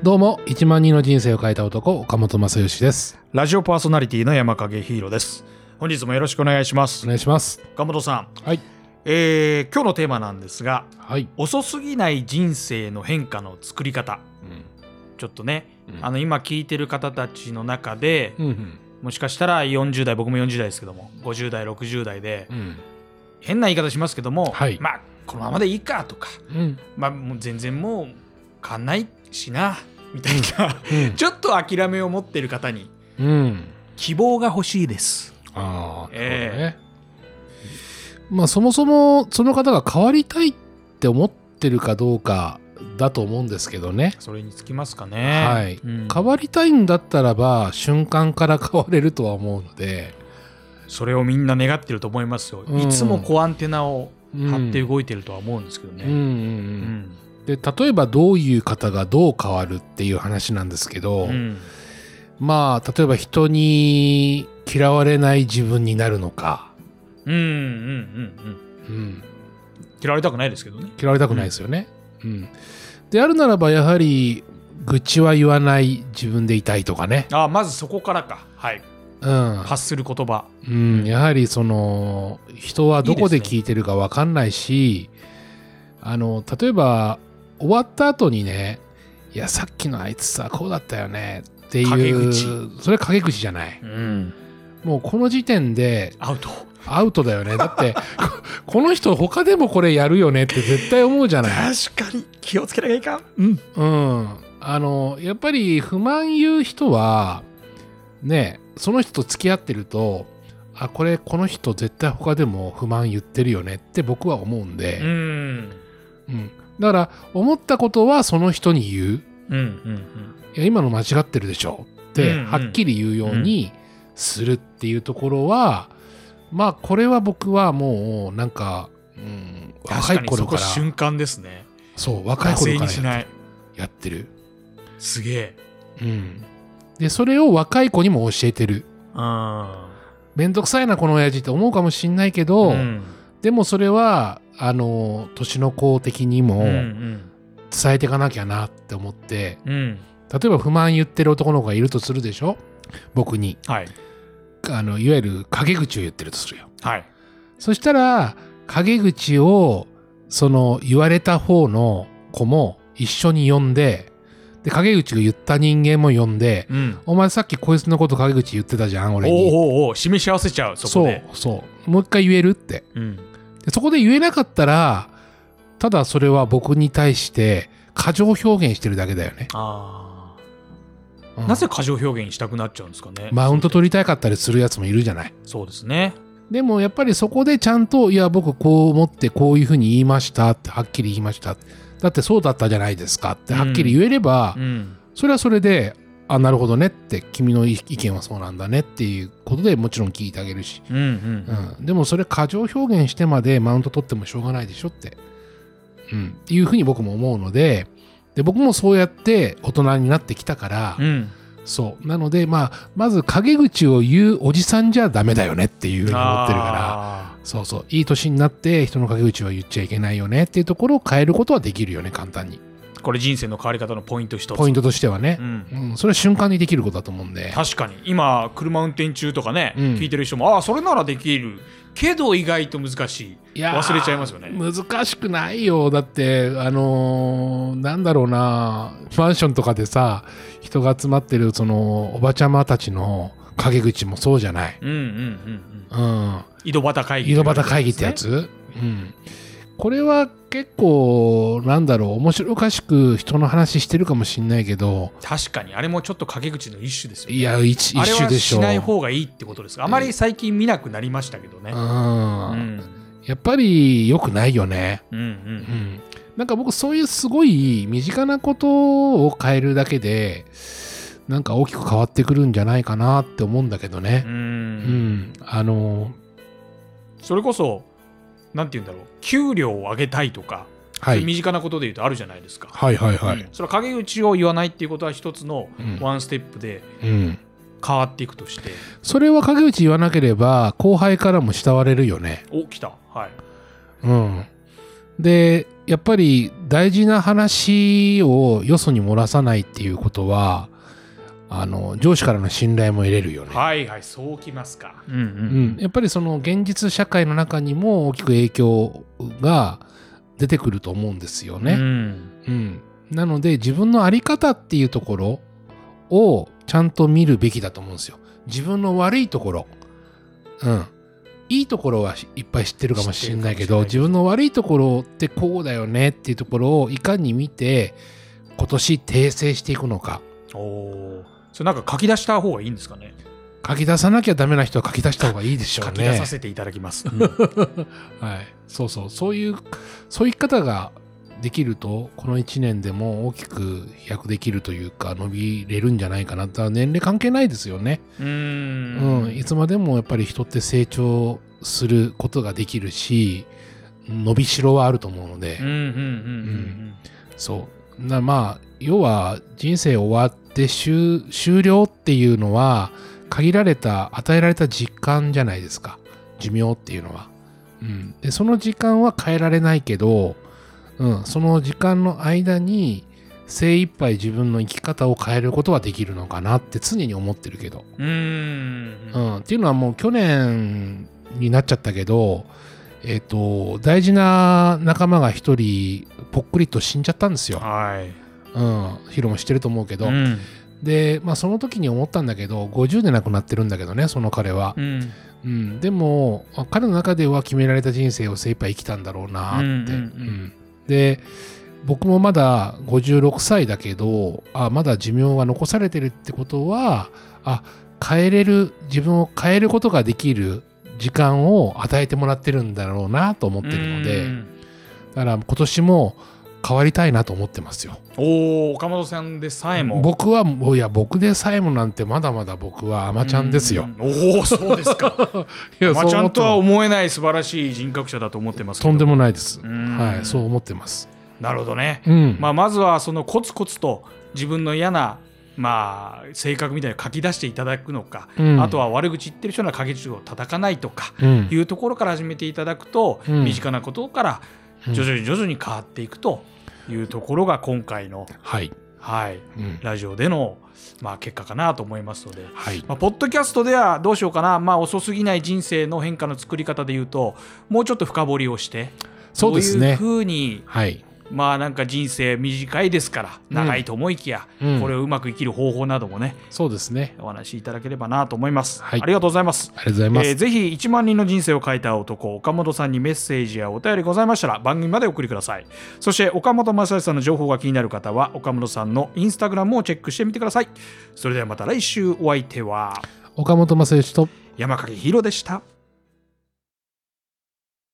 どうも1万人の人生を変えた男岡本正義です。 ラジオパーソナリティの山影ヒーローです。本日もよろしくお願いします。 お願いします。 岡本さん、 はい、 今日のテーマなんですが、 はい、 遅すぎない人生の変化の作り方、ちょっとね、今聞いてる方たちの中で、もしかしたら40代僕も40代ですけども50代60代で、変な言い方しますけども、まあこのままでいいかとか、まあもう全然もう変わんないしなみたいな、ちょっと諦めを持っている方に、希望が欲しいです。 まあそもそもその方が変わりたいって思ってるかどうかだと思うんですけどね。 それにつきますかね。 はい、変わりたいんだったらば瞬間から変われるとは思うので、 それをみんな願ってると思いますよ。いつもアンテナを張って動いてるとは思うんですけどね。 で例えばどういう方がどう変わるっていう話なんですけど、まあ例えば人に嫌われない自分になるのか、嫌われたくないですけどね。 嫌われたくないですよね。であるならばやはり愚痴は言わない自分でいたいとかね。 まずそこからか。はい。発する言葉。 やはりその人はどこで聞いてるか分かんないし、例えば終わった後にね、いやさっきのあいつさこうだったよねっていう陰口、 それ陰口じゃない、もうこの時点でアウトだよね。だってこの人他でもこれやるよねって絶対思うじゃない。 確かに気をつけなきゃいかん。 やっぱり不満言う人はね、その人と付き合ってると、この人絶対他でも不満言ってるよねって僕は思うんで、だから思ったことはその人に言う、いや今の間違ってるでしょってはっきり言うようにするっていうところは、まあこれは僕はもうなんか、若い頃からそこ瞬間ですね。 そう若い頃からやってる。 すげえ。 でそれを若い子にも教えてる。めんどくさいなこの親父って思うかもしんないけど、でもそれは年の子的にも伝えていかなきゃなって思って、例えば不満言ってる男の子がいるとするでしょ、僕に、いわゆる陰口を言ってるとするよ。そしたら陰口をその言われた方の子も一緒に呼んで、で陰口を言った人間も呼んで、お前さっきこいつのこと陰口言ってたじゃん俺に。 示し合わせちゃう。そこでそうもう一回言えるって、でそこで言えなかったらただそれは僕に対して過剰表現してるだけだよね。 なぜ過剰表現したくなっちゃうんですかね。 マウント取りたかったりするやつもいるじゃない。 そうですね。 でもやっぱりそこでちゃんと、いや僕こう思ってこういうふうに言いましたってはっきり言いました、だってそうだったじゃないですかってはっきり言えれば、それはそれでなるほどねって、君の意見はそうなんだねっていうことでもちろん聞いてあげるし、でもそれ過剰表現してまでマウント取ってもしょうがないでしょって、っていうふうに僕も思うので、僕もそうやって大人になってきたから、そうなので、まず陰口を言うおじさんじゃダメだよねっていうふうに思ってるから、そういい年になって人の陰口は言っちゃいけないよねっていうところを変えることはできるよね、簡単に。 これ人生の変わり方のポイント一つ。 ポイントとしてはね、それは瞬間にできることだと思うんで。 確かに今車運転中とかね、聞いてる人もそれならできるけど意外と難しい。忘れちゃいますよね。 難しくないよ。だってなんだろうな、マンションとかでさ人が集まってるそのおばちゃまたちの陰口もそうじゃない。井戸端会議ってやつ。これは結構なんだろう、面白おかしく人の話してるかもしんないけど、 確かにあれもちょっと陰口の一種ですよね。 いや一種でしょ。 あれはしない方がいいってことですか。あまり最近見なくなりましたけどね。 やっぱり良くないよね。なんか僕そういうすごい身近なことを変えるだけでなんか大きく変わってくるんじゃないかなって思うんだけどね。 それこそなんて言うんだろう、給料を上げたいとか、身近なことで言うとあるじゃないですか。それは陰口を言わないっていうことは一つのワンステップで変わっていくとして、 それは陰口言わなければ後輩からも慕われるよね。 来た。 でやっぱり大事な話をよそに漏らさないっていうことは上司からの信頼も得れるよね。 はいはい、そうきますか。 やっぱりその現実社会の中にも大きく影響が出てくると思うんですよね。なので自分の在り方っていうところをちゃんと見るべきだと思うんですよ。自分の悪いところ、いいところはいっぱい知ってるかもしれないけど、自分の悪いところってこうだよねっていうところをいかに見て今年訂正していくのか。 それなんか書き出した方がいいんですかね。 書き出さなきゃダメな人は書き出した方がいいでしょうね。 書き出させていただきます。 はい、そういう生き方ができるとこの1年でも大きく飛躍できるというか伸びれるんじゃないかな。だから年齢関係ないですよね。いつまでもやっぱり人って成長することができるし伸びしろはあると思うので、そうまあ要は人生終わって終了っていうのは限られた与えられた時間じゃないですか、寿命っていうのは。でその時間は変えられないけど、その時間の間に精一杯自分の生き方を変えることはできるのかなって常に思ってるけど。っていうのはもう去年になっちゃったけど、大事な仲間が一人ぽっくりと死んじゃったんですよ。ヒロも知ってると思うけど、で、その時に思ったんだけど50で亡くなってるんだけどね、その彼は。でも彼の中では決められた人生を精一杯生きたんだろうなって。で僕もまだ56歳だけどまだ寿命が残されてるってことは自分を変えることができる時間を与えてもらってるんだろうなと思ってるので、だから今年も変わりたいなと思ってますよ。 岡本さんでさえも。 僕でさえもなんてまだまだ僕はアマちゃんですよ。 そうですか。アマちゃんとは思えない素晴らしい人格者だと思ってますけど。 とんでもないです。はい、そう思ってます。 なるほどね。まずはそのコツコツと自分の嫌な性格みたいな書き出していただくのか、あとは悪口言ってる人の陰口を叩かないとかいうところから始めていただくと、身近なことから徐々に変わっていくというところが今回の、ラジオでの、結果かなと思いますので、ポッドキャストではどうしようかな、遅すぎない人生の変化の作り方でいうともうちょっと深掘りをして、 そうですね、 どういうふうに、なんか人生短いですから長いと思いきや、これをうまく生きる方法などもね、 そうですね、 お話しいただければなと思います。ありがとうございます。 ありがとうございます。 ぜひ1万人の人生を変えた男岡本さんにメッセージやお便りございましたら番組までお送りください。そして岡本正義さんの情報が気になる方は岡本さんのインスタグラムをチェックしてみてください。それではまた来週。お相手は岡本正義と山影ヒロでした。